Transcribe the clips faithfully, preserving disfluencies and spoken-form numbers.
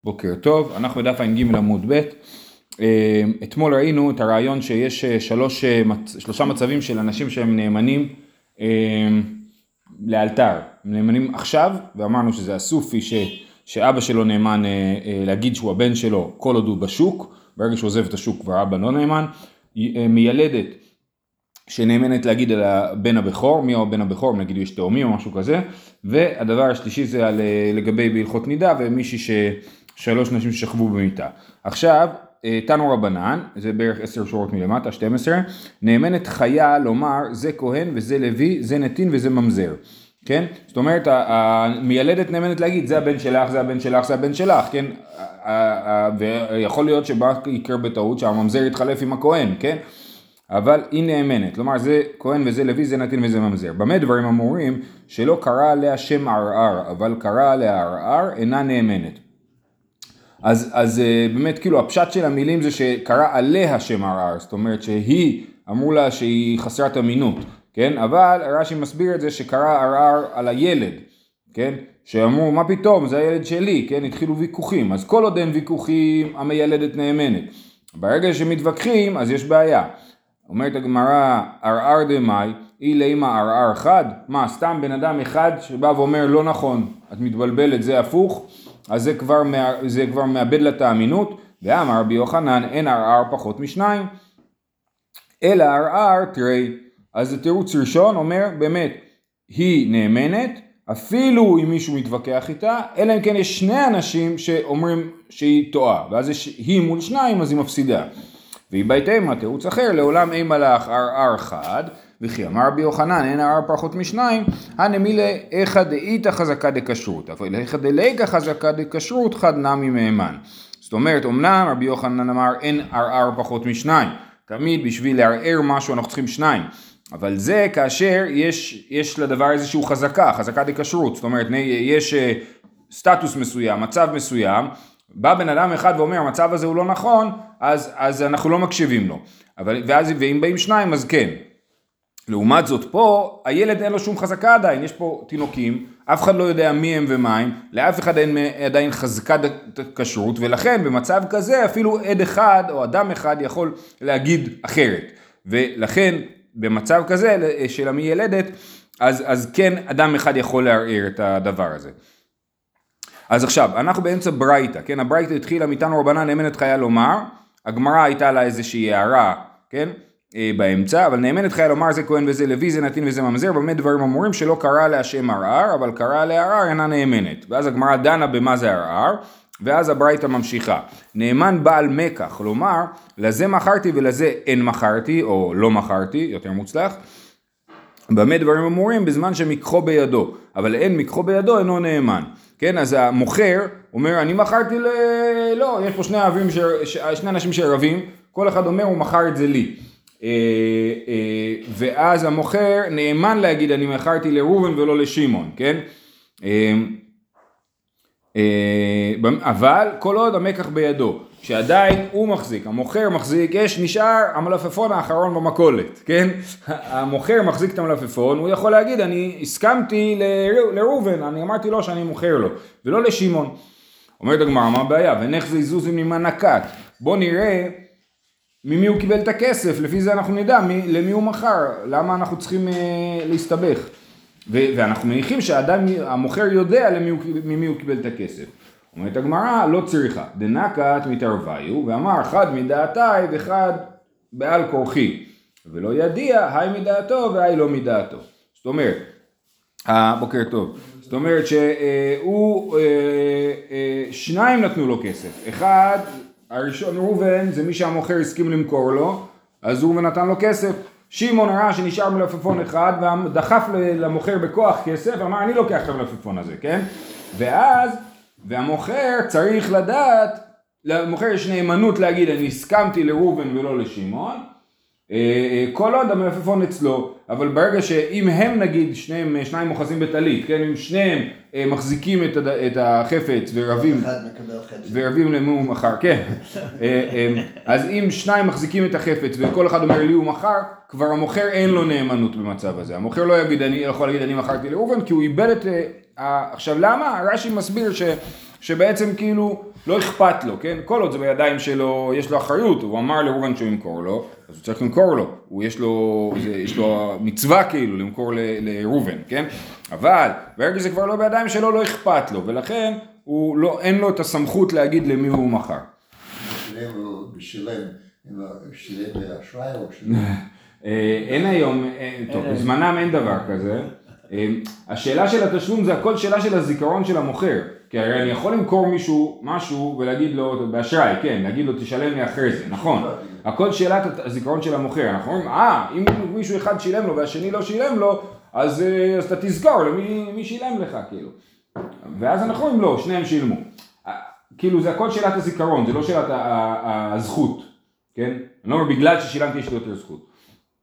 בוקר טוב, אנחנו בדף ע"ג עמוד ב'. אתמול ראינו את הרעיון שיש שלוש, שלושה מצבים של אנשים שהם נאמנים לאלתר, נאמנים עכשיו, ואמרנו שזה הסופי ש, שאבא שלו נאמן להגיד שהוא הבן שלו כל עוד הוא בשוק, ברגע שהוא עוזב את השוק כבר אבא לא נאמן, מיילדת שנאמנת להגיד על הבן הבכור, מי הוא הבן הבכור, נגיד יש תאומי או משהו כזה, והדבר השלישי זה על, לגבי בהלכות נידה ומישהי ש... שלוש נשים ששכבו במיטה. עכשיו, תנו רבנן, זה בערך עשר שורות מלמטה, שתים עשרה, נאמנת חיה לומר, זה כהן וזה לוי, זה נתין וזה ממזר. כן? זאת אומרת, המיילדת נאמנת להגיד, זה הבן שלך, זה הבן שלך, זה הבן שלך, כן? ויכול להיות שבא יקרה בטעות שהממזר יתחלף עם הכהן, כן? אבל היא נאמנת, כלומר זה כהן וזה לוי, זה נתין וזה ממזר. במה דברים אמורים שלא קרא עליה שם ערער, אבל קרא עליה ערער, אינה נאמנת. אז, אז באמת כאילו הפשט של המילים זה שקרא עליה שם ערער, זאת אומרת שהיא אמרו לה שהיא חסרת אמינות, כן? אבל רש"י מסביר את זה שקרא ערער על הילד, כן? שאמרו מה פתאום זה הילד שלי, כן? התחילו ויכוחים, אז כל עוד אין ויכוחים המיילדת נאמנת. ברגע שמתווכחים אז יש בעיה. אומרת הגמרא ערער דמאי, אי לימה ערער חד, מה סתם בן אדם אחד שבא ואומר לא נכון, את מתבלבלת זה הפוך, אז זה כבר, זה כבר מאבד לה את האמינות, ואמר רבי יוחנן אין ערער פחות משניים, אלא ערער תראי, אז התירוץ ראשון אומר באמת היא נאמנת, אפילו אם מישהו מתווכח איתה, אלא אם כן יש שני אנשים שאומרים שהיא טועה, ואז היא מול שניים אז היא מפסידה. והיא בהתאמה תירוץ אחר, לעולם אין מלאך ערער חד, וכי אמר רבי יוחנן אין ערער פחות משניים, הנמילה איכא דאיתא חזקה דקשרות, אבל איכא דליקא חזקה דקשרות חד נמי מהימן. זאת אומרת, אמנם רבי יוחנן אמר אין ערער פחות משניים, תמיד בשביל לערער משהו אנחנו צריכים שניים, אבל זה כאשר יש, יש לדבר איזשהו חזקה, חזקה דקשרות, זאת אומרת, יש סטטוס מסוים, מצב מסוים, בא בן אדם אחד ואומר המצב הזה הוא לא נכון, אז, אז אנחנו לא מקשיבים לו, אבל, ואז, ואם באים שניים אז כן. לעומת זאת פה, הילד אין לו שום חזקה עדיין, יש פה תינוקים, אף אחד לא יודע מי הם ומה הם, לאף אחד אין עדיין חזקה כשרות, ולכן במצב כזה אפילו עד אחד או אדם אחד יכול להגיד אחרת, ולכן במצב כזה של המיילדת, אז, אז כן אדם אחד יכול לערער את הדבר הזה. אז עכשיו, אנחנו באמצע ברייתא, כן, הברייתא התחילה מתנו רבנן נאמנת חיה לומר, הגמרא הייתה לה איזושהי הערה, כן, באמצע, אבל נאמנת חיה לומר זה כהן וזה לוי, זה נתין וזה ממזר, באמת דברים אמורים שלא קרא לה שם ערער, אבל קרא לה ערער אינה נאמנת, ואז הגמרא דנה במה זה ערער, ואז הברייתא ממשיכה, נאמן בעל מקח, כלומר, לזה מכרתי ולזה אין מכרתי, או לא מכרתי, יותר מוצלח, באמת דברים אמורים בזמן שמקחו בידו, אבל אין מקחו בידו אינו נאמן. כן, אז המוכר אומר, אני מכרתי ל... לא, יש פה שני אבים, ש... שני אנשים שרבים, כל אחד אומר, הוא מכר את זה לי. ואז המוכר נאמן להגיד, אני מכרתי לראובן ולא לשמעון, כן? אבל כל עוד המקח בידו, שעדיין הוא מחזיק, המוכר מחזיק, יש נשאר המלפפון האחרון במכולת, כן? המוכר מחזיק את המלפפון, הוא יכול להגיד, אני הסכמתי לראובן, אני אמרתי לו שאני מוכר לו, ולא לשמעון. אומרת הגמרא, מה הבעיה? ונך זה איזוזים ממה נקט. בוא נראה ממי הוא קיבל את הכסף, לפי זה אנחנו נדע מי, למי הוא מכר, למה אנחנו צריכים אה, להסתבך. ו- ואנחנו מניחים שהאדם, המוכר יודע למי הוא, ממי הוא קיבל את הכסף. אומרת הגמרא, לא צריכה, דנקת מתערוויו, ואמר, אחד מדעתי ואחד בעל כורחי, ולא ידיע, היי מדעתו והי לא מדעתו. זאת אומרת, אה, בוקר טוב, זאת אומרת שהוא, אה, אה, שניים נתנו לו כסף, אחד, הראשון ראובן זה מי שהמוכר הסכים למכור לו, אז ראובן נתן לו כסף, שמעון ראה שנשאר מלפפון אחד, ודחף למוכר בכוח כסף, ואמר אני לוקח את המלפפון הזה, כן? ואז, והמוכר צריך לדעת, למוכר יש נאמנות להגיד אני הסכמתי לראובן ולא לשמעון, כל עוד המלפפון אצלו, אבל ברגע שאם הם נגיד שניהם, שניים מוחזים בטלית, כן, אם שניהם מחזיקים את, את החפץ ורבים, ורבים למי הוא מחר, כן, אז אם שניים מחזיקים את החפץ וכל אחד אומר לי הוא מחר, כבר המוכר אין לו נאמנות במצב הזה, המוכר לא יגיד, אני יכול להגיד אני מכרתי לראובן, כי הוא איבד את, עכשיו למה? רש"י מסביר ש, שבעצם כאילו לא אכפת לו, כן? כל עוד זה בידיים שלו, יש לו אחריות, הוא אמר לראובן שהוא ימכור לו, אז הוא צריך למכור לו, הוא יש לו, זה, יש לו מצווה כאילו למכור ל, לראובן, כן? אבל ברגע שזה כבר לא בידיים שלו, לא אכפת לו, ולכן הוא לא, אין לו את הסמכות להגיד למי הוא מכר. שילם לו בשילם, שילם באשראי או שילם? אין היום, טוב, בזמנם אין דבר כזה. השאלה של התשלום זה הכל שאלה של הזיכרון של המוכר, כי הרי אני יכול למכור מישהו משהו ולהגיד לו באשראי, כן, להגיד לו תשלם לי אחרי זה, נכון, הכל שאלת הזיכרון של המוכר, אנחנו אומרים, אה, אם מישהו אחד שילם לו והשני לא שילם לו, אז, אז אתה תזכור למי מי שילם לך, כאילו, ואז אנחנו אומרים לא, שניהם שילמו, כאילו זה הכל שאלת הזיכרון, זה לא שאלת הזכות, כן, אני לא אומר בגלל ששילמתי יש לי יותר זכות.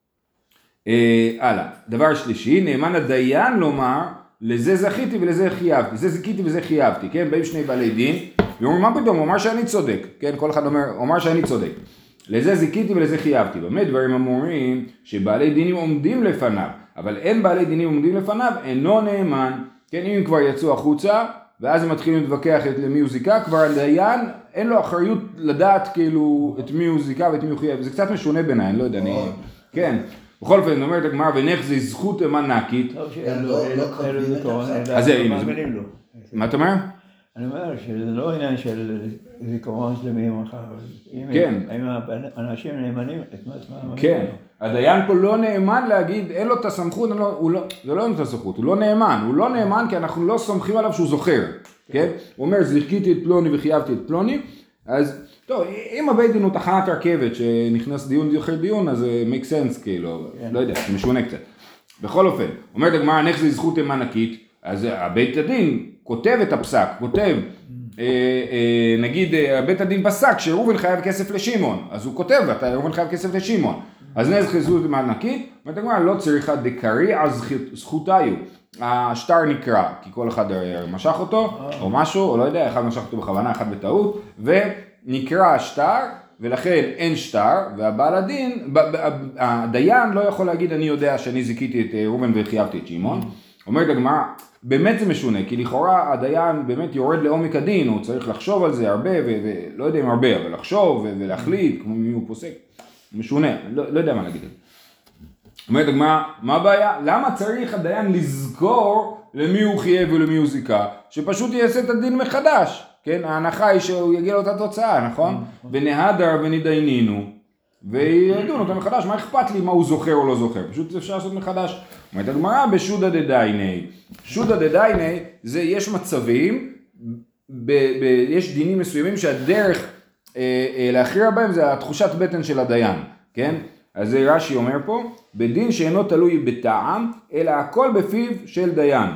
הלאה, דבר שלישי, נאמן הדיין לומר, לזה זכיתי ולזה חייבתי, זה זכיתי וזה חייבתי, כן, באים שני בעלי דין, ואומרים מה פתאום, הוא אמר שאני צודק, כן, כל אחד אומר, הוא אמר שאני צודק, לזה זכיתי ולזה חייבתי, באמת דברים אמורים שבעלי דינים עומדים לפניו, אבל אין בעלי דינים עומדים לפניו, אינו נאמן, כן, אם הם כבר יצאו החוצה, ואז הם מתחילים להתווכח את למי הוא זיקה, כבר הדיין אין לו אחריות לדעת כאילו את מי הוא זיקה ואת מי הוא חייב, זה קצת משונה בעיניי, אני לא יודע, אני, כן, בכל אופן, אומרת הגמרא, ונכס זכות אמנקית. טוב שאלו זיכרון, אז זה, הנה, מה אתה אומר? אני אומר שזה לא עניין של זיכרון שלמי מחר. כן. האם האנשים נאמנים את מה עצמם? כן. הדיין פה לא נאמן להגיד, אין לו את הסמכות, זה לא אין את הסמכות, הוא לא נאמן. הוא לא נאמן כי אנחנו לא סומכים עליו שהוא זוכר. כן? הוא אומר, זכיתי את פלוני וחייבתי את פלוני, אז... טוב, אם הבית דין הוא תחנת רכבת שנכנס דיון אחרי דיון, אז זה make sense כאילו, לא יודע, זה משונה קצת. בכל אופן, אומרת הגמרא, נכס זכות אמנקית, אז הבית הדין כותב את הפסק, כותב, נגיד, הבית הדין פסק שראובן חייב כסף לשמעון, אז הוא כותב, אתה ראובן חייב כסף לשמעון, אז נכס זכות אמנקית, אומרת הגמרא, לא צריכה דקרי, אז זכותיו. השטר נקרא, כי כל אחד משך אותו, או משהו, או לא יודע, אחד משך אותו בכוונה, אחד בטעות, ונקרא השטר, ולכן אין שטר, והבעל הדין, הדיין לא יכול להגיד, אני יודע שאני זיכיתי את ראובן וחייבתי את שמעון. אומרת הגמרא, באמת זה משונה, כי לכאורה הדיין באמת יורד לעומק הדין, הוא צריך לחשוב על זה הרבה, ולא יודע אם הרבה, אבל לחשוב ולהחליט, כמו מי הוא פוסק, משונה, לא יודע מה להגיד את זה. אומרת הגמרא, מה הבעיה? למה צריך הדיין לזכור למי הוא חייב ולמי הוא זיקה? שפשוט יעשה את הדין מחדש, כן? ההנחה היא שהוא יגיע לאותה תוצאה, נכון? ונהדר ונדיינינו, וידון אותה מחדש, מה אכפת לי מה הוא זוכר או לא זוכר? פשוט אפשר לעשות מחדש. אומרת הגמרא, בשודא דדייני. שודא דדייני זה יש מצבים, ב, ב, יש דינים מסוימים שהדרך אה, אה, להכריע בהם זה התחושת בטן של הדיין, כן? אז זה רש"י אומר פה, בדין שאינו תלוי בטעם, אלא הכל בפיו של דיין.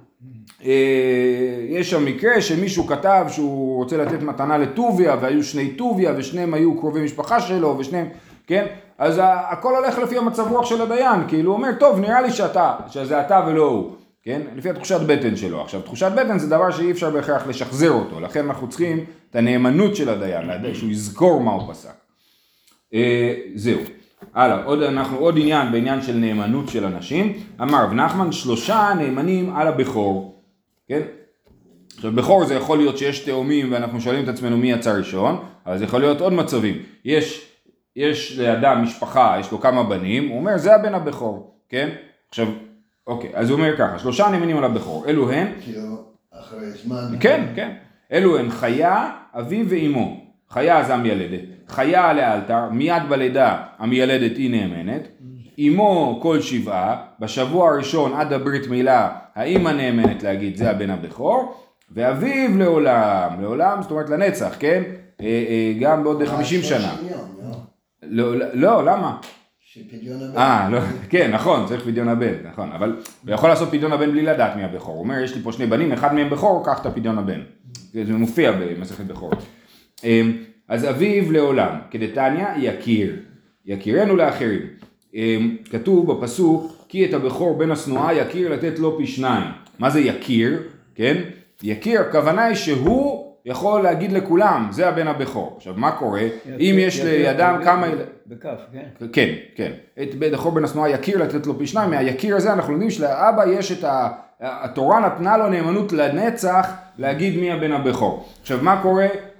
יש שם מקרה שמישהו כתב שהוא רוצה לתת מתנה לטוביה, והיו שני טוביה, ושניהם היו קרובי משפחה שלו, ושניהם, כן? אז הכל הולך לפי המצב רוח של הדיין, כאילו הוא אומר, טוב, נראה לי שאתה, שזה אתה ולא הוא, כן? לפי התחושת בטן שלו. עכשיו, תחושת בטן זה דבר שאי אפשר בהכרח לשחזר אותו, לכן אנחנו צריכים את הנאמנות של הדיין, שהוא יזכור מה הוא פסק. זהו. הלאה, עוד, אנחנו עוד עניין בעניין של נאמנות של אנשים. אמר רב נחמן, שלושה נאמנים על הבכור. כן? עכשיו, בכור זה יכול להיות שיש תאומים ואנחנו שואלים את עצמנו מי יצא ראשון, אבל זה יכול להיות עוד מצבים. יש, יש לאדם משפחה, יש לו כמה בנים, הוא אומר, זה הבן הבכור. כן? עכשיו, אוקיי, אז הוא אומר ככה, שלושה נאמנים על הבכור. אלו הם... כאילו, אחרי זמן... כן, כן. אלו הם חיה, אביו ואימו. חיה זה המיילדת, חיה לאלתר, מיד בלידה המיילדת היא נאמנת, אמו כל שבעה, בשבוע הראשון עד הברית מילה, האמא נאמנת להגיד זה הבן הבכור, ואביו לעולם, לעולם זאת אומרת לנצח, כן? גם בעוד חמישים שנה. לא, לא, למה? שפדיון הבן. אה, לא, כן, נכון, צריך פדיון הבן, נכון, אבל הוא יכול לעשות פדיון הבן בלי לדעת מי הבכור, הוא אומר יש לי פה שני בנים, אחד מהם בכור, קח את הפדיון הבן, זה מופיע במסכת בכור. אז אביו לעולם, כדתניא יכיר, יכירנו לאחרים. כתוב בפסוק, כי את הבכור בן השנואה יכיר לתת לו פי שניים. מה זה יכיר? כן? יכיר, הכוונה היא שהוא יכול להגיד לכולם, זה הבן הבכור. עכשיו, מה קורה? אם יש לידם כמה... בכף, כן? כן, כן. את הבכור בן השנואה יכיר לתת לו פי שניים. מהיקיר הזה אנחנו יודעים שלאבא יש את ה... התורה נתנה לו נאמנות לנצח להגיד מי הבן הבכור. עכשיו מה קורה?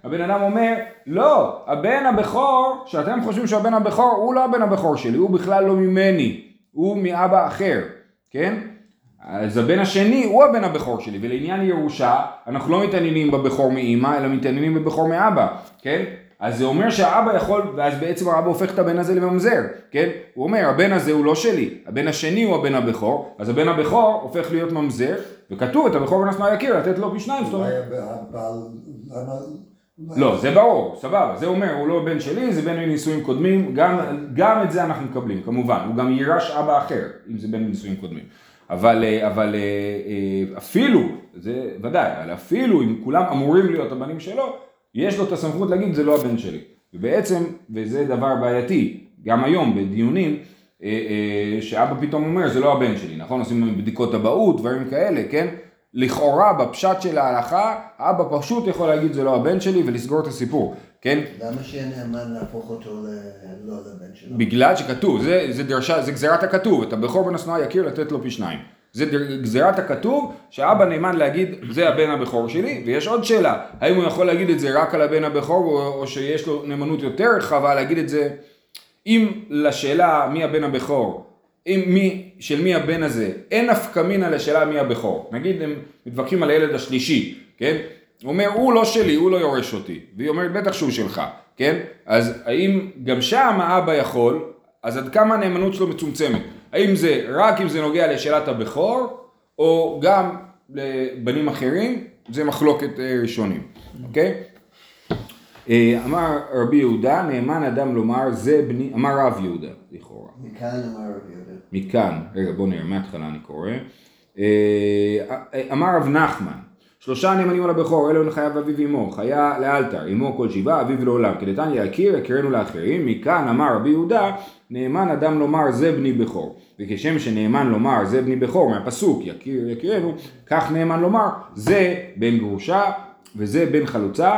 הבן אדם אומר, לא, הבן הבכור, שאתם חושבים שהבן הבכור, הוא לא הבן הבכור שלי, הוא בכלל לא ממני, הוא מאבא אחר, כן? אז הבן השני הוא הבן הבכור שלי, ולעניין ירושה, אנחנו לא מתעניינים בבכור מאמא, אלא מתעניינים בבכור מאבא, כן? אז זה אומר שהאבא יכול, ואז בעצם האבא הופך את הבן הזה לממזר, כן? הוא אומר, הבן הזה הוא לא שלי, הבן השני הוא הבן הבכור, אז הבן הבכור הופך להיות ממזר, וכתוב את הבכור בנס מה יכיר, לתת לו פי שניים, זאת אומרת. לא, זה ברור, סבבה, זה אומר, הוא לא בן שלי, זה בן מנישואים קודמים, גם, גם את זה אנחנו מקבלים, כמובן, הוא גם יירש אבא אחר, אם זה בן מנישואים קודמים. אבל, אבל אפילו, זה ודאי, אפילו אם כולם אמורים להיות הבנים שלו, יש לו את הסמכות להגיד, זה לא הבן שלי. ובעצם, וזה דבר בעייתי, גם היום בדיונים, שאבא פתאום אומר, זה לא הבן שלי, נכון? עושים בדיקות הבאות, דברים כאלה, כן? לכאורה, בפשט של ההלכה, אבא פשוט יכול להגיד, זה לא הבן שלי, ולסגור את הסיפור, כן? למה שיהיה נאמן להפוך אותו לא לבן שלו? בגלל שכתוב, זה, זה דרשה, זה גזירת הכתוב, את הבכור בן השנאה יכיר לתת לו פי שניים. זה גזירת הכתוב, שאבא נאמן להגיד, זה הבן הבכור שלי, ויש עוד שאלה, האם הוא יכול להגיד את זה רק על הבן הבכור, או, או שיש לו נאמנות יותר רחבה להגיד את זה, אם לשאלה מי הבן הבכור, אם מי, של מי הבן הזה, אין נפקא מינה לשאלה מי הבכור, נגיד הם מתווכחים על הילד השלישי, כן? הוא אומר, הוא לא שלי, הוא לא יורש אותי, והיא אומרת, בטח שהוא שלך, כן? אז האם גם שם האבא יכול, אז עד כמה הנאמנות שלו מצומצמת? האם זה רק אם זה נוגע לשאלת הבכור, או גם לבנים אחרים? זה מחלוקת ראשונים, אוקיי? אמר רבי יהודה, נאמן אדם לומר, זה בני, אמר רב יהודה, לכאורה. מכאן אמר רבי יהודה. מכאן, רגע בוא נראה, מההתחלה אני קורא. אמר רב נחמן, שלושה נאמנים על הבכור, אלו חייב אביו אמו, חיה לאלתר, אמו כל שבעה, אביו לעולם, כדתניא יכיר, יכירנו לאחרים, מכאן אמר רבי יהודה, נאמן אדם לומר זה בני בכור, וכשם שנאמן לומר זה בני בכור, מהפסוק יכיר יכירנו, כך נאמן לומר זה בן גרושה וזה בן חלוצה,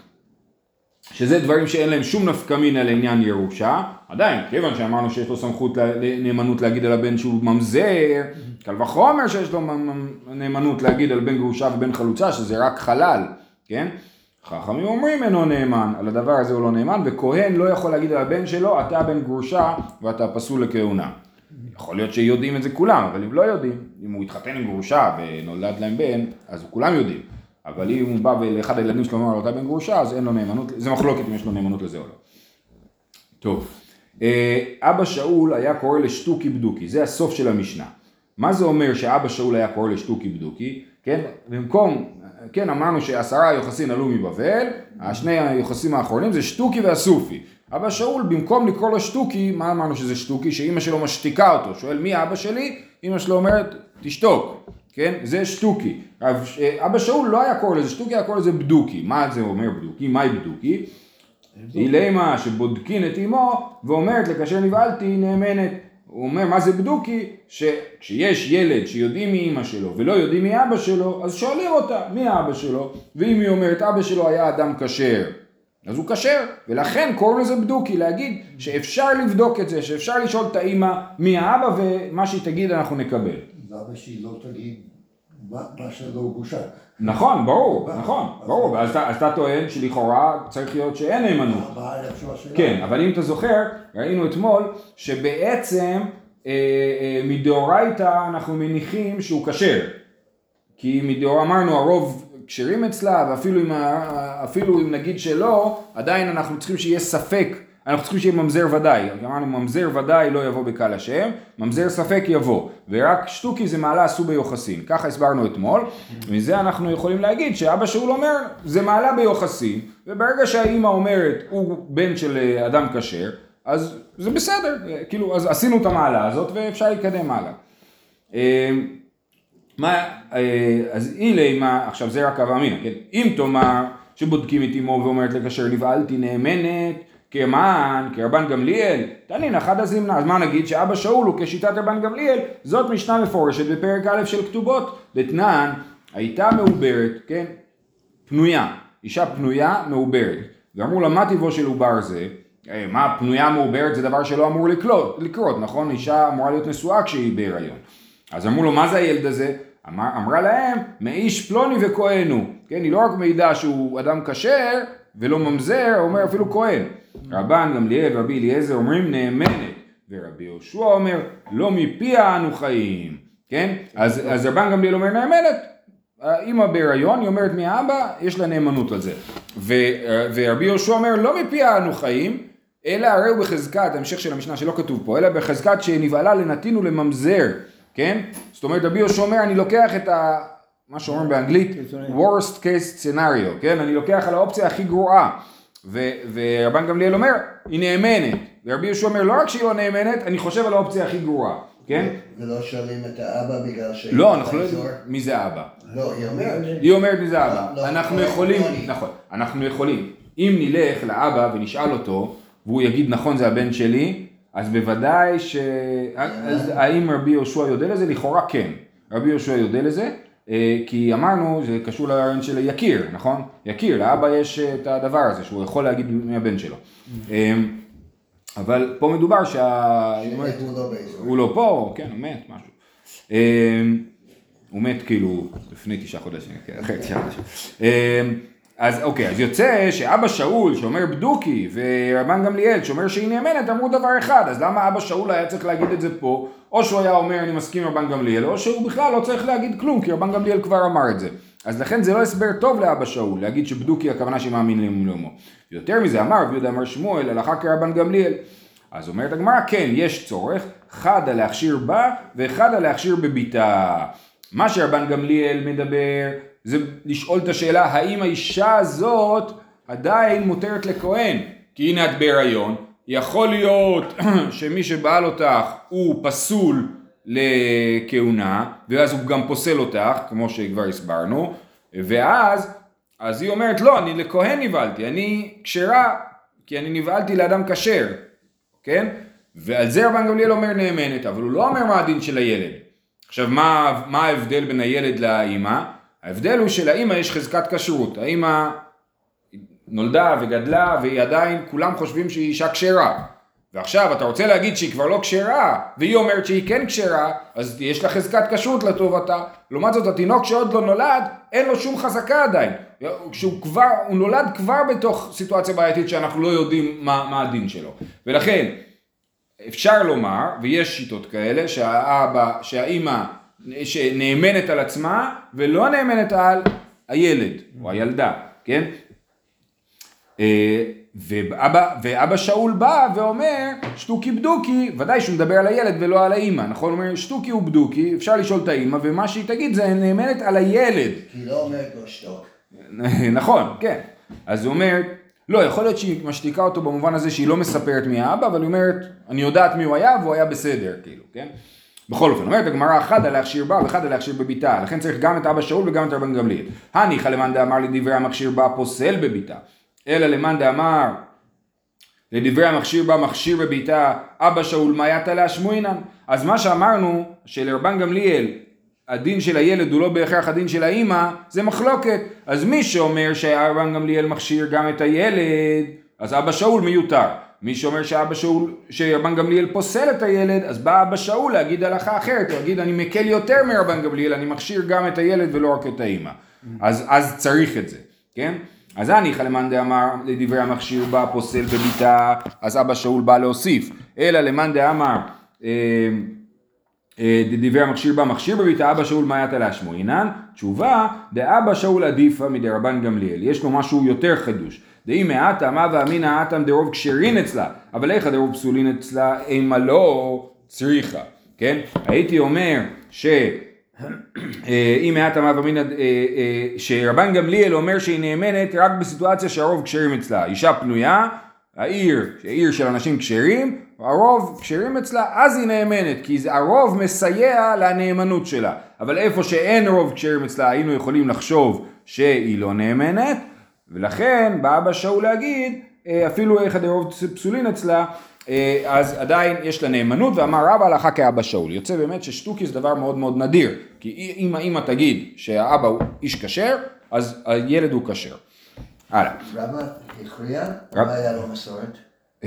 שזה דברים שאין להם שום נפקא מינה לעניין ירושה, עדיין, כיוון שאמרנו שיש לו סמכות נאמנות להגיד על הבן שהוא ממזר, קל וחומר שיש לו נאמנות להגיד על בן גרושה ובן חלוצה, שזה רק חלל, כן? חכמים אומרים אינו נאמן, על הדבר הזה הוא לא נאמן, וכהן לא יכול להגיד על הבן שלו, אתה בן גרושה ואתה פסול לכהונה. יכול להיות שיודעים את זה כולם, אבל אם לא יודעים, אם הוא התחתן עם גרושה ונולד להם בן, אז כולם יודעים. אבל אם הוא בא לאחד הילדים שלו אומר על אותה בן גרושה, אז אין לו נאמנות, זה מחלוקת אם יש לו נאמנות לזה או לא. טוב, אבא שאול היה קורא לשטוקי בדוקי, זה הסוף של המשנה. מה זה אומר שאבא שאול היה קורא לשטוקי בדוקי? כן, במקום, כן, אמרנו שעשרה יוחסין עלו מבבל, השני היוחסים האחרונים זה שטוקי והסופי. אבא שאול במקום לקרוא לו שטוקי, מה אמרנו שזה שטוקי? שאמא שלו משתיקה אותו, שואל מי אבא שלי? אמא שלו אומרת תשתוק. כן? זה שטוקי. אבא שאול לא היה קורא לזה שטוקי, היה קורא לזה בדוקי. מה זה אומר בדוקי? מהי בדוקי? היא לימה שבודקין את אמו ואומרת לכאשר נבעלתי נאמנת. הוא אומר מה זה בדוקי? שכשיש ילד שיודעים מי אמא שלו ולא יודעים מי אבא שלו, אז שואלים אותה מי אבא שלו, ואם היא אומרת אבא שלו היה אדם כשר, אז הוא כשר, ולכן קוראים לזה בדוקי, להגיד שאפשר לבדוק את זה, שאפשר לשאול את האמא מי האבא ומה שהיא תגיד אנחנו נקבל. למה שהיא לא תגיד מה שלא גושה? נכון, ברור, נכון, ברור, אז אתה טוען שלכאורה צריך להיות שאין נאמנות. כן, אבל אם אתה זוכר, ראינו אתמול שבעצם מדאורייתא אנחנו מניחים שהוא כשר, כי מדאורייתא אמרנו הרוב כשרים אצלה, ואפילו אם, אפילו אם נגיד שלא, עדיין אנחנו צריכים שיהיה ספק, אנחנו צריכים שיהיה ממזר ודאי, אמרנו ממזר ודאי לא יבוא בקהל השם, ממזר ספק יבוא, ורק שטוקי זה מעלה עשו ביוחסין, ככה הסברנו אתמול, ומזה אנחנו יכולים להגיד שאבא שאול אומר זה מעלה ביוחסין, וברגע שהאימא אומרת הוא בן של אדם כשר, אז זה בסדר, כאילו אז עשינו את המעלה הזאת ואפשר להתקדם מעלה. מה, אז אילי מה, עכשיו זה רק אבא אמינה, כן? אם תאמר שבודקים את אמו ואומרת לכאשר נבעלתי נאמנת, כרמן, כרבן גמליאל, תנין אחד הזמנה, אז מה נגיד שאבא שאול הוא כשיטת רבן גמליאל, זאת משנה מפורשת בפרק א' של כתובות, דתנן הייתה מעוברת, כן? פנויה, אישה פנויה מעוברת, ואמרו לה מה טיבו של עובר זה, מה פנויה מעוברת זה דבר שלא אמור לקרות, לקרות, נכון? אישה אמורה להיות נשואה כשהיא בהיריון. אז אמרו לו, מה זה הילד הזה? אמר, אמרה להם, מאיש פלוני וכהנו. כן, היא לא רק מעידה שהוא אדם כשר, ולא ממזר, אומר אפילו כהן. רבן גמליאל ורבי אליעזר אומרים נאמנת, ורבי יהושע אומר לא מפיה אנו חיים, כן? אז, אז רבן גמליאל אומר נאמנת, האמא בהיריון, היא אומרת מהאבא, יש לה נאמנות על זה. ו, ורבי יהושע אומר לא מפיה אנו חיים, אלא הרי הוא בחזקת, המשך של המשנה שלא כתוב פה, אלא בחזקת שנבעלה לנתין ולממזר, כן? זאת אומרת רבי יהושע אומר אני לוקח את ה... מה שאומרים באנגלית, worst case scenario, כן? אני לוקח על האופציה הכי גרועה. ו- ורבן גמליאל אומר, היא נאמנת. ורבי יהושע אומר, לא רק שהיא לא נאמנת, אני חושב על האופציה הכי גרועה, כן? ולא שואלים את האבא בגלל ש... לא, אנחנו לא יודעים מי זה האבא. לא, היא אומרת. היא אומרת מי זה האבא. לא, אנחנו לא, יכולים, לא, לא. נכון, אנחנו יכולים. אם נלך לאבא ונשאל אותו, והוא יגיד נכון זה הבן שלי, אז בוודאי ש... אז האם רבי יהושע יודע לזה? לכאורה כן. רבי יהושע יודע לזה. כי אמרנו, זה קשור לרעיון של יקיר, נכון? יקיר, לאבא יש את הדבר הזה, שהוא יכול להגיד מהבן שלו. אבל פה מדובר שה... הוא לא פה, כן, הוא מת, משהו. הוא מת כאילו לפני תשעה חודשים, אחרי תשעה חודשים. אז אוקיי, אז יוצא שאבא שאול שאומר בדוקי ורבן גמליאל שאומר שהיא נאמנת אמרו דבר אחד, אז למה אבא שאול היה צריך להגיד את זה פה? או שהוא היה אומר אני מסכים עם רבן גמליאל, או שהוא בכלל לא צריך להגיד כלום, כי רבן גמליאל כבר אמר את זה. אז לכן זה לא הסבר טוב לאבא שאול, להגיד שבדוקי הכוונה שמאמין לאמו. יותר מזה אמר, ויהודה אמר שמואל, הלכה כרבן גמליאל. אז אומרת הגמרא, כן, יש צורך, חדה להכשיר בה וחדה להכשיר בביתה. מה שרבן גמליאל מדבר, זה לשאול את השאלה, האם האישה הזאת עדיין מותרת לכהן? כי הנה את בהיריון, יכול להיות שמי שבעל אותך הוא פסול לכהונה, ואז הוא גם פוסל אותך, כמו שכבר הסברנו, ואז אז היא אומרת, לא, אני לכהן נבעלתי, אני כשרה, כי אני נבעלתי לאדם כשר, כן? ועל זה רבן גמליאל אומר נאמנת, אבל הוא לא אומר מה הדין של הילד. עכשיו, מה, מה ההבדל בין הילד לאמא? ההבדל הוא שלאמא יש חזקת כשרות, האמא נולדה וגדלה והיא עדיין, כולם חושבים שהיא אישה כשרה. ועכשיו אתה רוצה להגיד שהיא כבר לא כשרה, והיא אומרת שהיא כן כשרה, אז יש לה חזקת כשרות לטובתה. לעומת זאת, התינוק שעוד לא נולד, אין לו שום חזקה עדיין. כשהוא כבר, הוא נולד כבר בתוך סיטואציה בעייתית שאנחנו לא יודעים מה, מה הדין שלו. ולכן, אפשר לומר, ויש שיטות כאלה, שהאבא, שהאימא שנאמנת על עצמה, ולא נאמנת על הילד או הילדה, כן? ואבא, ואבא שאול בא ואומר שטוקי בדוקי, ודאי שהוא מדבר על הילד ולא על האמא, נכון? הוא אומר שטוקי ובדוקי, אפשר לשאול את האמא, ומה שהיא תגיד זה נאמנת על הילד. כי היא לא אומרת לו שתוק. נכון, כן. אז הוא אומר, לא, יכול להיות שהיא משתיקה אותו במובן הזה שהיא לא מספרת מי האבא, אבל היא אומרת, אני יודעת מי הוא היה והוא היה בסדר, כאילו, כן? בכל אופן, אומרת הגמרא, אחד על להכשיר בה ואחד על להכשיר בביתה, לכן צריך גם את אבא שאול וגם את רבן גמליאל. הניחא למאן דאמר לדברי המכשיר בה פוסל בביתה, אלא למאן דאמר לדברי המכשיר בה מכשיר בביתה, אבא שאול מה יתה להשמועינן. אז מה שאמרנו שלרבן גמליאל הדין של הילד הוא לא בהכרח הדין של האמא, זה מחלוקת. אז מי שאומר שרבן גמליאל מכשיר גם את הילד, אז אבא שאול מיותר. מי שאומר שאבא שאול, שרבן גמליאל פוסל את הילד, אז בא אבא שאול להגיד הלכה אחרת, הוא יגיד אני מקל יותר מרבן גמליאל, אני מכשיר גם את הילד ולא רק את האמא. אז, אז צריך את זה, כן? אז הניחא למאן דאמר לדברי המכשיר בה פוסל בביתה, אז אבא שאול בא להוסיף. אלא למאן דאמר דברי המכשיר בה מכשיר בביתה, אבא שאול מה יתה להשמועינן? תשובה, דאבא שאול עדיפה מדרבן גמליאל. יש לו משהו יותר חידוש. דאי מעטה, מה ואמינא אטם דרוב כשרין אצלה, אבל איך דרוב פסולין אצלה, אימה לא צריכה, כן? הייתי אומר ש... אם מעט מה ואמינא, שרבן גמליאל אומר שהיא נאמנת רק בסיטואציה שהרוב כשרים אצלה. אישה פנויה, העיר, העיר של אנשים כשרים, הרוב כשרים אצלה, אז היא נאמנת, כי הרוב מסייע לנאמנות שלה. אבל איפה שאין רוב כשרים אצלה, היינו יכולים לחשוב שהיא לא נאמנת, ולכן בא אבא שאול להגיד, אפילו איך הדרוב פסולין אצלה, אז עדיין יש לה נאמנות, ואמר רבא הלכה כאבא שאול. יוצא באמת ששטוקי זה דבר מאוד מאוד נדיר, כי אם האמא תגיד שהאבא הוא איש כשר, אז הילד הוא כשר. הלאה. רבא הכריע, מה היה לו מסורת?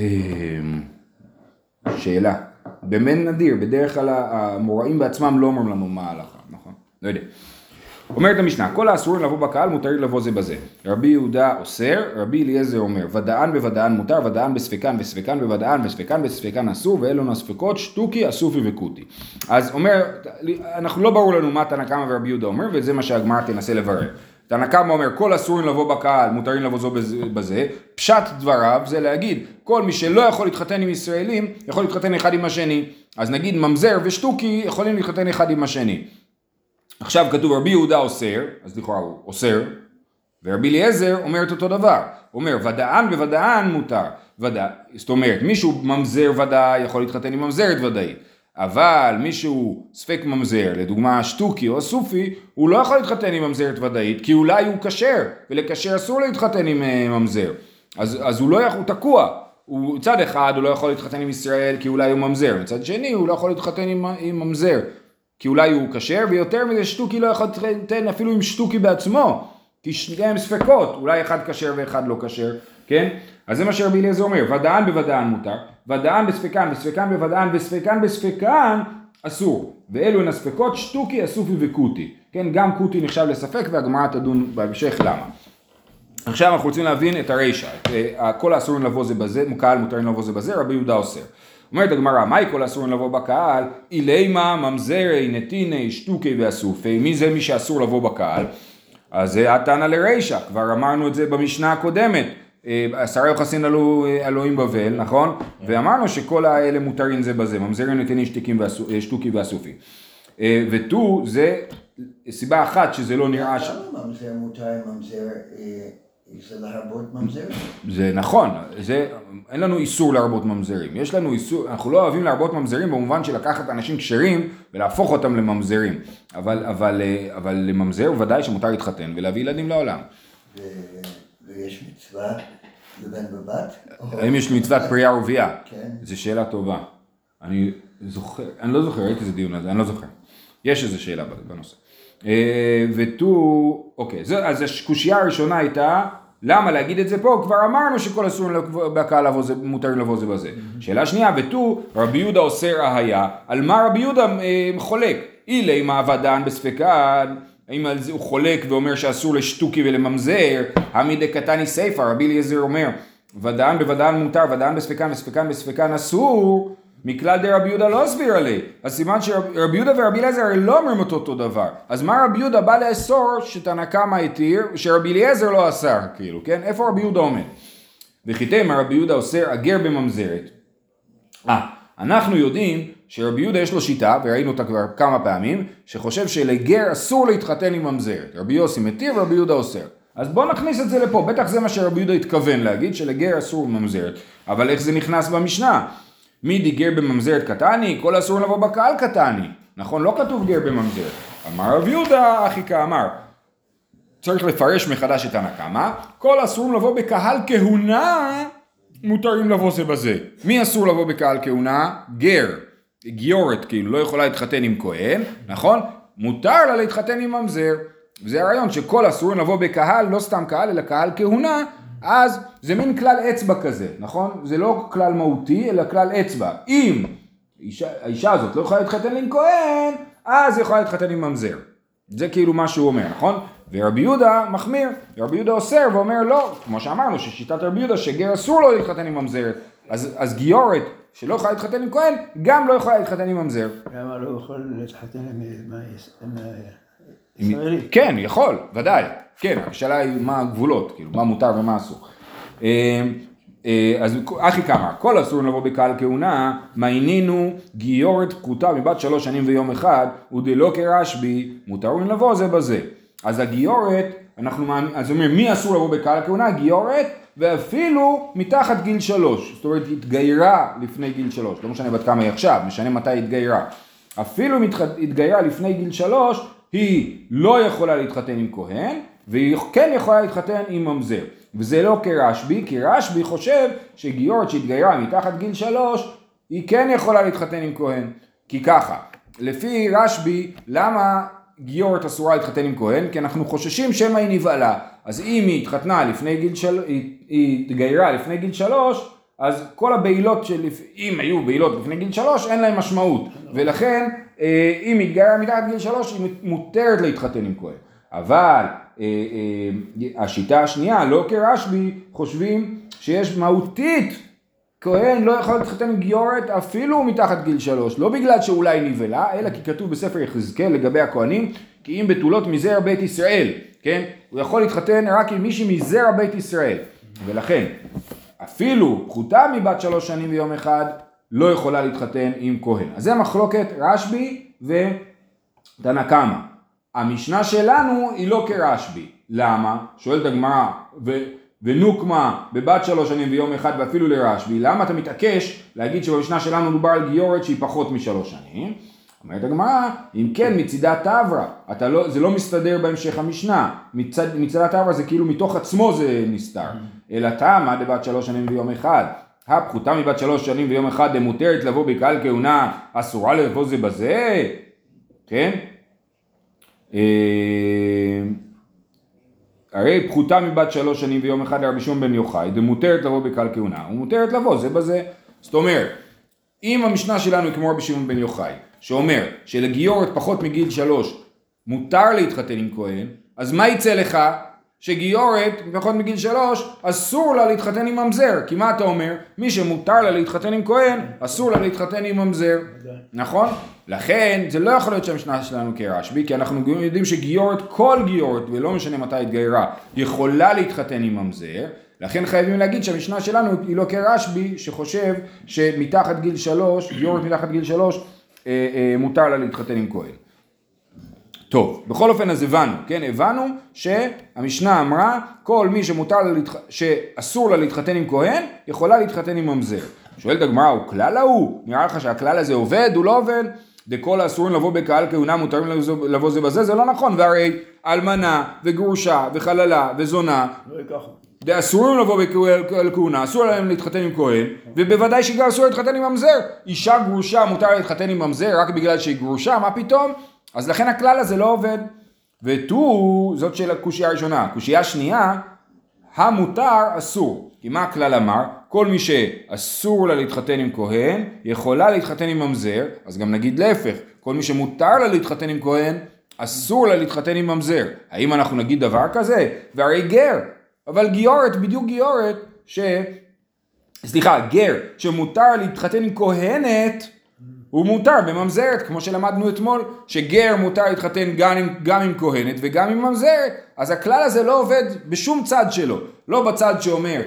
שאלה. באמת נדיר, בדרך כלל המוראים בעצמם לא אומרים לנו מה ההלכה, נכון? לא יודע. אומרת המשנה, כל האסורים לבוא בקהל מותרים לבוא זה בזה. רבי יהודה אוסר, רבי אליעזר אומר, ודאן בוודאן מותר, ודאן בספקן וספקן בוודאן וספקן בספקן אסור, ואלו הספקות שטוקי, אסופי וקוטי. אז אומר, אנחנו לא ברור לנו מה תנא קמא ורבי יהודה אומר, וזה מה שהגמרא תנסה לברר. תנא קמא אומר, כל אסורים לבוא בקהל מותרים לבוא זו בזה, פשט דבריו זה להגיד, כל מי שלא יכול להתחתן עם ישראלים, יכול להתחתן אחד עם השני. אז נגיד ממזר ושטוקי יכולים להתחתן אחד עם השני. עכשיו כתוב רבי יהודה אוסר, אז לכאורה הוא אוסר, ורבי אליעזר אומר את אותו דבר, הוא אומר ודאן בוודאן מותר, ודא, זאת אומרת מישהו ממזר ודאי יכול להתחתן עם ממזרת ודאי, אבל מישהו ספק ממזר, לדוגמה שטוקי או אסופי, הוא לא יכול להתחתן עם ממזרת ודאית, כי אולי הוא כשר, ולכשר אסור להתחתן עם ממזר, אז, אז הוא לא יכול, הוא תקוע, הוא, צד אחד הוא לא יכול להתחתן עם ישראל כי אולי הוא ממזר, מצד שני הוא לא יכול להתחתן עם, עם ממזר, כי אולי הוא כשר, ויותר מזה שטוקי לא יכול להתחתן אפילו עם שטוקי בעצמו, כי שניהם ספקות, אולי אחד כשר ואחד לא כשר, כן? אז זה מה שרבי אליעזר אומר, ודאן בוודאן מותר, ודאן בספקן, בספקן בוודאן, בספקן בספקן אסור, ואלו הן הספקות שטוקי, אסופי וקוטי, כן? גם קוטי נחשב לספק והגמרא תדון בהמשך למה. עכשיו אנחנו רוצים להבין את הרישא, כל האסורים לבוא זה בזה, קהל מותרים לבוא זה בזה, רבי יהודה אוסר. אומרת הגמרא, מהי כל אסורים לבוא בקהל? אילימה, ממזרי, נתיני, שטוקי ואסופי, מי זה מי שאסור לבוא בקהל? אז זה התנא לרישא, כבר אמרנו את זה במשנה הקודמת, עשרה יוחסין עלו אלוהים בבל, נכון? ואמרנו שכל האלה מותרים זה בזה, ממזרי, נתיני, שטוקי ואסופי. ותו זה סיבה אחת שזה לא נראה ש... למה ממזר מותר, ממזר... זה להרבות ממזרים. זה נכון, זה, אין לנו איסור להרבות ממזרים, יש לנו איסור, אנחנו לא אוהבים להרבות ממזרים במובן של לקחת אנשים כשרים ולהפוך אותם לממזרים, אבל, אבל, אבל לממזר ודאי שמותר להתחתן ולהביא ילדים לעולם. ו... ויש מצווה לבן בבת? האם יש מצוות פריה ורבייה? כן. זו שאלה טובה, אני זוכר, אני לא זוכר, ראיתי איזה דיון הזה, אני לא זוכר, יש איזו שאלה בנושא. ותו, אוקיי, אז הקושייה הראשונה הייתה, למה להגיד את זה פה? כבר אמרנו שכל אסורים בקהל מותרים לבוא זה בזה. שאלה שנייה, ותו, רבי יהודה אוסר היה, על מה רבי יהודה חולק? אילי מה ודאן בספקן, האם על זה הוא חולק ואומר שאסור לשטוקי ולממזר, העמידי קטני סייפה, רבי אליעזר אומר, ודאן בוודאן מותר, ודאן בספקן וספקן בספקן אסור, מכלל די רבי יהודה לא הסביר עלי, אז סימן שרבי יהודה ורבי אליעזר לא אומרים אותו אותו דבר, אז מה רבי יהודה בא לאסור שתנא קמא התיר, שרבי אליעזר לא אסר, כאילו, כן? איפה רבי יהודה עומד? וחיתם רבי יהודה אוסר הגר בממזרת. אה, אנחנו יודעים שרבי יהודה יש לו שיטה, וראינו אותה כבר כמה פעמים, שחושב שלגר אסור להתחתן עם ממזרת, רבי יוסי מתיר ורבי יהודה אוסר. אז בוא נכניס את זה לפה, בטח זה מה שרבי יהודה התכוון להגיד, שלגר אסור בממזרת, אבל איך זה נכנס במשנה? מי דיגר בממזרת קטני? כל אסור לבוא בקהל קטני. נכון? לא כתוב גר בממזרת. אמר רב יהודה, אחי כאמר. צריך לפרש מחדש את תנא קמא. כל אסור לבוא בקהל כהונה, מותרים לבוא זה בזה. מי אסור לבוא בקהל כהונה? גר. גיורת, כאילו, לא יכולה להתחתן עם כהן. נכון? מותר לה להתחתן עם ממזר. וזה הרעיון שכל אסור לבוא בקהל, לא סתם קהל, אלא קהל כהונה, אז זה מין כלל אצבע כזה, נכון? זה לא כלל מהותי, אלא כלל אצבע. אם האישה, האישה הזאת לא יכולה להתחתן עם כהן, אז היא יכולה להתחתן עם ממזר. זה כאילו מה שהוא אומר, נכון? ורבי יהודה מחמיר, ורבי יהודה אוסר ואומר לא, כמו שאמרנו, ששיטת רבי יהודה שגר אסור לו להתחתן עם ממזרת. אז, אז גיורת שלא יכולה להתחתן עם כהן, גם לא יכולה להתחתן עם ממזר. למה לא יכול להתחתן עם ישראלי? כן, יכול, ודאי. כן, השאלה היא מה הגבולות, כאילו, מה מותר ומה אסור. אז אחי כמה, כל אסור לבוא בקהל כהונה, מעינינו גיורת פקוטה מבת שלוש שנים ויום אחד, ודלא כרשב"י, מותרים לבוא זה בזה. אז הגיורת, אנחנו, אז אומרים, מי אסור לבוא בקהל כהונה? גיורת, ואפילו מתחת גיל שלוש. זאת אומרת, התגיירה לפני גיל שלוש. לא משנה בת כמה היא עכשיו, משנה מתי התגיירה. אפילו התגיירה לפני גיל שלוש, היא לא יכולה להתחתן עם כהן, והיא כן יכולה להתחתן עם ממזר. וזה לא כרשב"י, כי רשב"י חושב שגיורת שהתגיירה מתחת גיל שלוש, היא כן יכולה להתחתן עם כהן. כי ככה, לפי רשב"י, למה גיורת אסורה להתחתן עם כהן? כי אנחנו חוששים שמא היא נבעלה. אז אם היא התחתנה לפני גיל שלוש, היא, היא התגיירה לפני גיל שלוש, אז כל הבעילות של, אם היו בעילות לפני גיל שלוש, אין להם משמעות. ולכן, אם היא התגיירה מתחת גיל שלוש, היא מותרת להתחתן עם כהן. אבל אה, אה, השיטה השנייה, לא כרשב"י, חושבים שיש מהותית, כהן לא יכול להתחתן עם גיורת אפילו מתחת גיל שלוש, לא בגלל שאולי נבלה, אלא כי כתוב בספר יחזקאל לגבי הכהנים, כי אם בתולות מזרע בית ישראל, כן? הוא יכול להתחתן רק עם מישהי מזרע בית ישראל, ולכן אפילו פחותה מבת שלוש שנים ויום אחד, לא יכולה להתחתן עם כהן. אז זה מחלוקת רשב"י ותנא קמא. המשנה שלנו היא לא כרשב"י. למה? שואלת הגמרא, ו... ונוקמה בבת שלוש שנים ויום אחד ואפילו לרשב"י, למה אתה מתעקש להגיד שבמשנה שלנו מדובר על גיורת שהיא פחות משלוש שנים? אומרת הגמרא, אם כן מצידת תברא, אתה לא, זה לא מסתדר בהמשך המשנה, מצד, מצידת תברא זה כאילו מתוך עצמו זה נסתר, אלא תמה דבת שלוש שנים ויום אחד, הפחותה מבת שלוש שנים ויום אחד מותרת לבוא בקהל כהונה, אסורה לבוא זה בזה, כן? הרי פחותה מבת שלוש שנים ויום אחד לרבי שמעון בן יוחאי, דמותרת לבוא בקהל כהונה, ומותרת לבוא זה בזה. זאת אומרת, אם המשנה שלנו היא כמו רבי שמעון בן יוחאי, שאומר שלגיורת פחות מגיל שלוש מותר להתחתן עם כהן, אז מה יצא לך? שגיורת פחות מגיל שלוש אסור לה להתחתן עם ממזר, כי מה אתה אומר? מי שמותר לה להתחתן עם כהן, אסור לה להתחתן עם ממזר, נכון? לכן זה לא יכול להיות שהמשנה שלנו כרשב"י, כי אנחנו יודעים שגיורת, כל גיורת, ולא משנה מתי התגיירה, יכולה להתחתן עם ממזר, לכן חייבים להגיד שהמשנה שלנו היא לא כרשב"י, שחושב שמתחת גיל שלוש, גיורת מתחת גיל שלוש, אה, אה, מותר לה להתחתן עם כהן. טוב, בכל אופן אז הבנו, כן, הבנו שהמשנה אמרה, כל מי שמותר לה להתח... שאסור לה להתחתן עם כהן, יכולה להתחתן עם ממזר. שואלת הגמרא, הוא כלל ההוא? נראה לך שהכלל הזה עובד? הוא לא עובד? דכל האסורים לבוא בקהל כהונה, מותרים לבוא זה בזה? זה לא נכון, והרי אלמנה וגרושה וחללה וזונה, אסורים לבוא בקהל כהונה, אסור להם להתחתן עם כהן, ובוודאי שגם אסור להתחתן עם ממזר. אישה גרושה מותר להתחתן עם ממזר רק בגלל שהיא גרושה, מה פתאום? אז לכן הכלל הזה לא עובד. ותו, זאת של הקושייה הראשונה. הקושייה השנייה, המותר אסור. כי מה הכלל אמר? כל מי שאסור לה להתחתן עם כהן, יכולה להתחתן עם ממזר, אז גם נגיד להפך, כל מי שמותר לה להתחתן עם כהן, אסור לה להתחתן עם ממזר. האם אנחנו נגיד דבר כזה? והרי גר, אבל גיורת, בדיוק גיורת, ש... סליחה, גר, שמותר להתחתן עם כהנת, הוא מותר בממזרת, כמו שלמדנו אתמול, שגר מותר להתחתן גם עם, גם עם כהנת וגם עם ממזרת, אז הכלל הזה לא עובד בשום צד שלו, לא בצד שאומר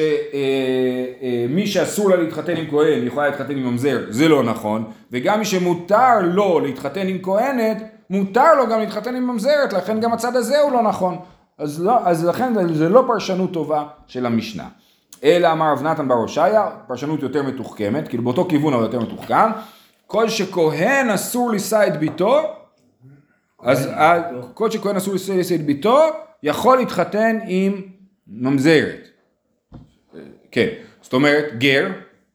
שמי שאסור לה להתחתן עם כהן יכולה להתחתן עם ממזר, זה לא נכון, וגם מי שמותר לו להתחתן עם כהנת, מותר לו גם להתחתן עם ממזרת, לכן גם הצד הזה הוא לא נכון, אז, לא, אז לכן זה לא פרשנות טובה של המשנה. אלא אמר רב נתן בר הושעיה, פרשנות יותר מתוחכמת, כאילו באותו כיוון אבל יותר מתוחכם, כל שכהן אסור לישא את ביתו, אז כל שכהן אסור לישא את ביתו, יכול להתחתן עם ממזרת. כן, זאת אומרת, גר,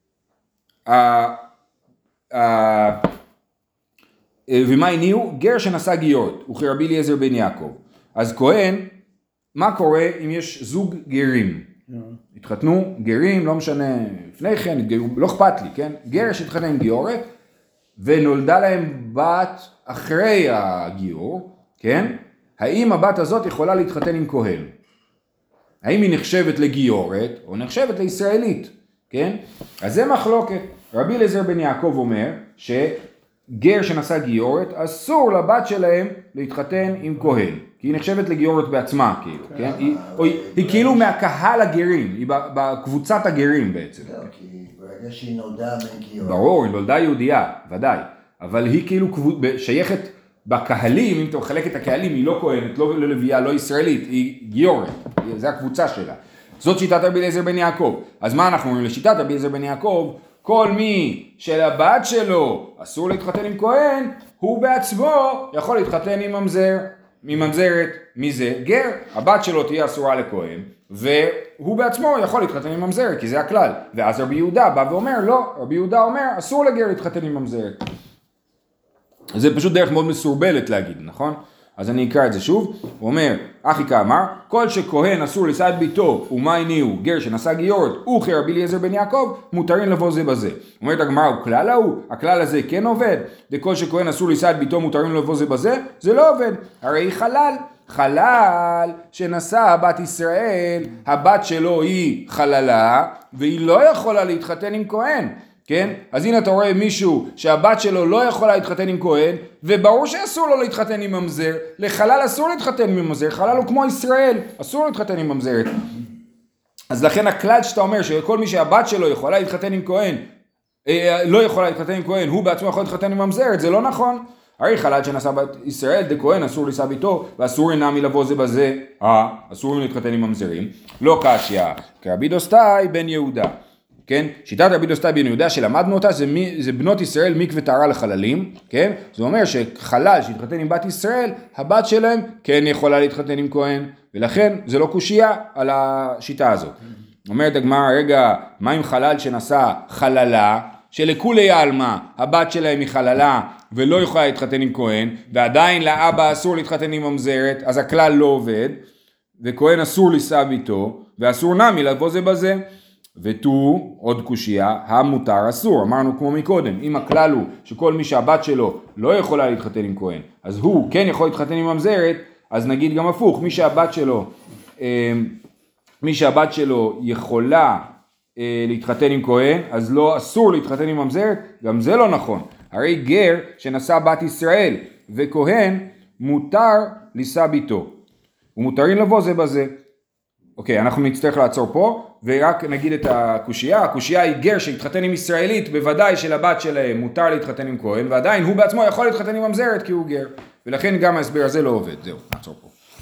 ומה הניעו? גר שנשא גיורת, וכרבי אליעזר בן יעקב. אז כהן, מה קורה אם יש זוג גרים? התחתנו גרים, לא משנה, לפני כן, לא אכפת לי, כן? גר שהתחתן עם גיורת, ונולדה להם בת אחרי הגיור, כן? האם הבת הזאת יכולה להתחתן עם כהן? האם היא נחשבת לגיורת או נחשבת לישראלית, כן? אז זה מחלוקת. רבי אליעזר בן יעקב אומר שגר שנשא גיורת אסור לבת שלהם להתחתן עם כהן, כי היא נחשבת לגיורת בעצמה, כאילו, כן? היא, או, היא, היא כאילו מהקהל הגרים, היא בקבוצת הגרים בעצם. כי ברגע שהיא נולדה מגיורת. ברור, היא נולדה יהודייה, ודאי, אבל היא כאילו שייכת בקהלים, אם אתה מחלק את הקהלים, היא לא כהנת, לא ללוויה, לא ישראלית, היא גיורת, זה הקבוצה שלה. זאת שיטת רבי אליעזר בן יעקב. אז מה אנחנו אומרים לשיטת רבי אליעזר בן יעקב? כל מי שלבת שלו אסור להתחתן עם כהן, הוא בעצמו יכול להתחתן עם ממזר, מממזרת, מי זה? גר. הבת שלו תהיה אסורה לכהן, והוא בעצמו יכול להתחתן עם ממזרת, כי זה הכלל. ואז רבי יהודה בא ואומר, לא, רבי יהודה אומר, אסור לגר להתחתן עם ממזרת. זה פשוט דרך מאוד מסורבלת להגיד, נכון? אז אני אקרא את זה שוב. הוא אומר, אחיקה אמר, כל שכהן אסור לישא את ביתו, ומה הניעו? גר שנשא גיורת, וכרבי אליעזר בן יעקב, מותרים לבוא זה בזה. אומרת הגמרא, הוא כלל ההוא, הכלל הזה כן עובד, וכל שכהן אסור לישא את ביתו, מותרים לבוא זה בזה, זה לא עובד. הרי חלל, חלל שנשא בת ישראל, הבת שלו היא חללה, והיא לא יכולה להתחתן עם כהן, כן? אז הנה אתה רואה מישהו שהבת שלו לא יכולה להתחתן עם כהן, וברור שאסור לו להתחתן עם ממזר, לחלל אסור להתחתן עם ממזר, חלל הוא כמו ישראל, אסור להתחתן עם ממזרת. אז לכן הכלל שאתה אומר שכל מי שהבת שלו יכולה להתחתן עם כהן, לא יכולה להתחתן עם כהן, הוא בעצמו יכול להתחתן עם ממזרת, זה לא נכון. הרי חלל שנשא בת ישראל, דכהן אסור לישא ביתו, ואסור אינם לבוא זה בזה, אה, אסור להתחתן עם ממזרים, לא קשיא, כרבי דוסתאי בן יהודה, כן? שיטת רבי דוסתאי בן יהודה שלמדנו אותה, זה, מי, זה בנות ישראל מקווה טהרה לחללים, כן? זה אומר שחלל שהתחתן עם בת ישראל, הבת שלהם כן יכולה להתחתן עם כהן, ולכן זה לא קושייה על השיטה הזאת. אומרת הגמרא, רגע, מה עם חלל שנשא חללה, שלכולי עלמא הבת שלהם היא חללה ולא יכולה להתחתן עם כהן, ועדיין לאבא אסור להתחתן עם ממזרת, אז הכלל לא עובד, וכהן אסור לישא ביתו, ואסור נמי לבוא זה בזה. ותו, עוד קושייה, המותר אסור, אמרנו כמו מקודם, אם הכלל הוא שכל מי שהבת שלו לא יכולה להתחתן עם כהן, אז הוא כן יכול להתחתן עם ממזרת, אז נגיד גם הפוך, מי שהבת שלו, מי שהבת שלו יכולה להתחתן עם כהן, אז לא אסור להתחתן עם ממזרת, גם זה לא נכון. הרי גר שנשא בת ישראל וכהן מותר לישא ביתו, ומותרים לבוא זה בזה. אוקיי, אנחנו נצטרך לעצור פה, ורק נגיד את הקושייה. הקושייה היא גר שהתחתן עם ישראלית, בוודאי שלבת שלהם מותר להתחתן עם כהן, ועדיין הוא בעצמו יכול להתחתן עם ממזרת כי הוא גר, ולכן גם ההסבר הזה לא עובד. זהו, נעצור פה.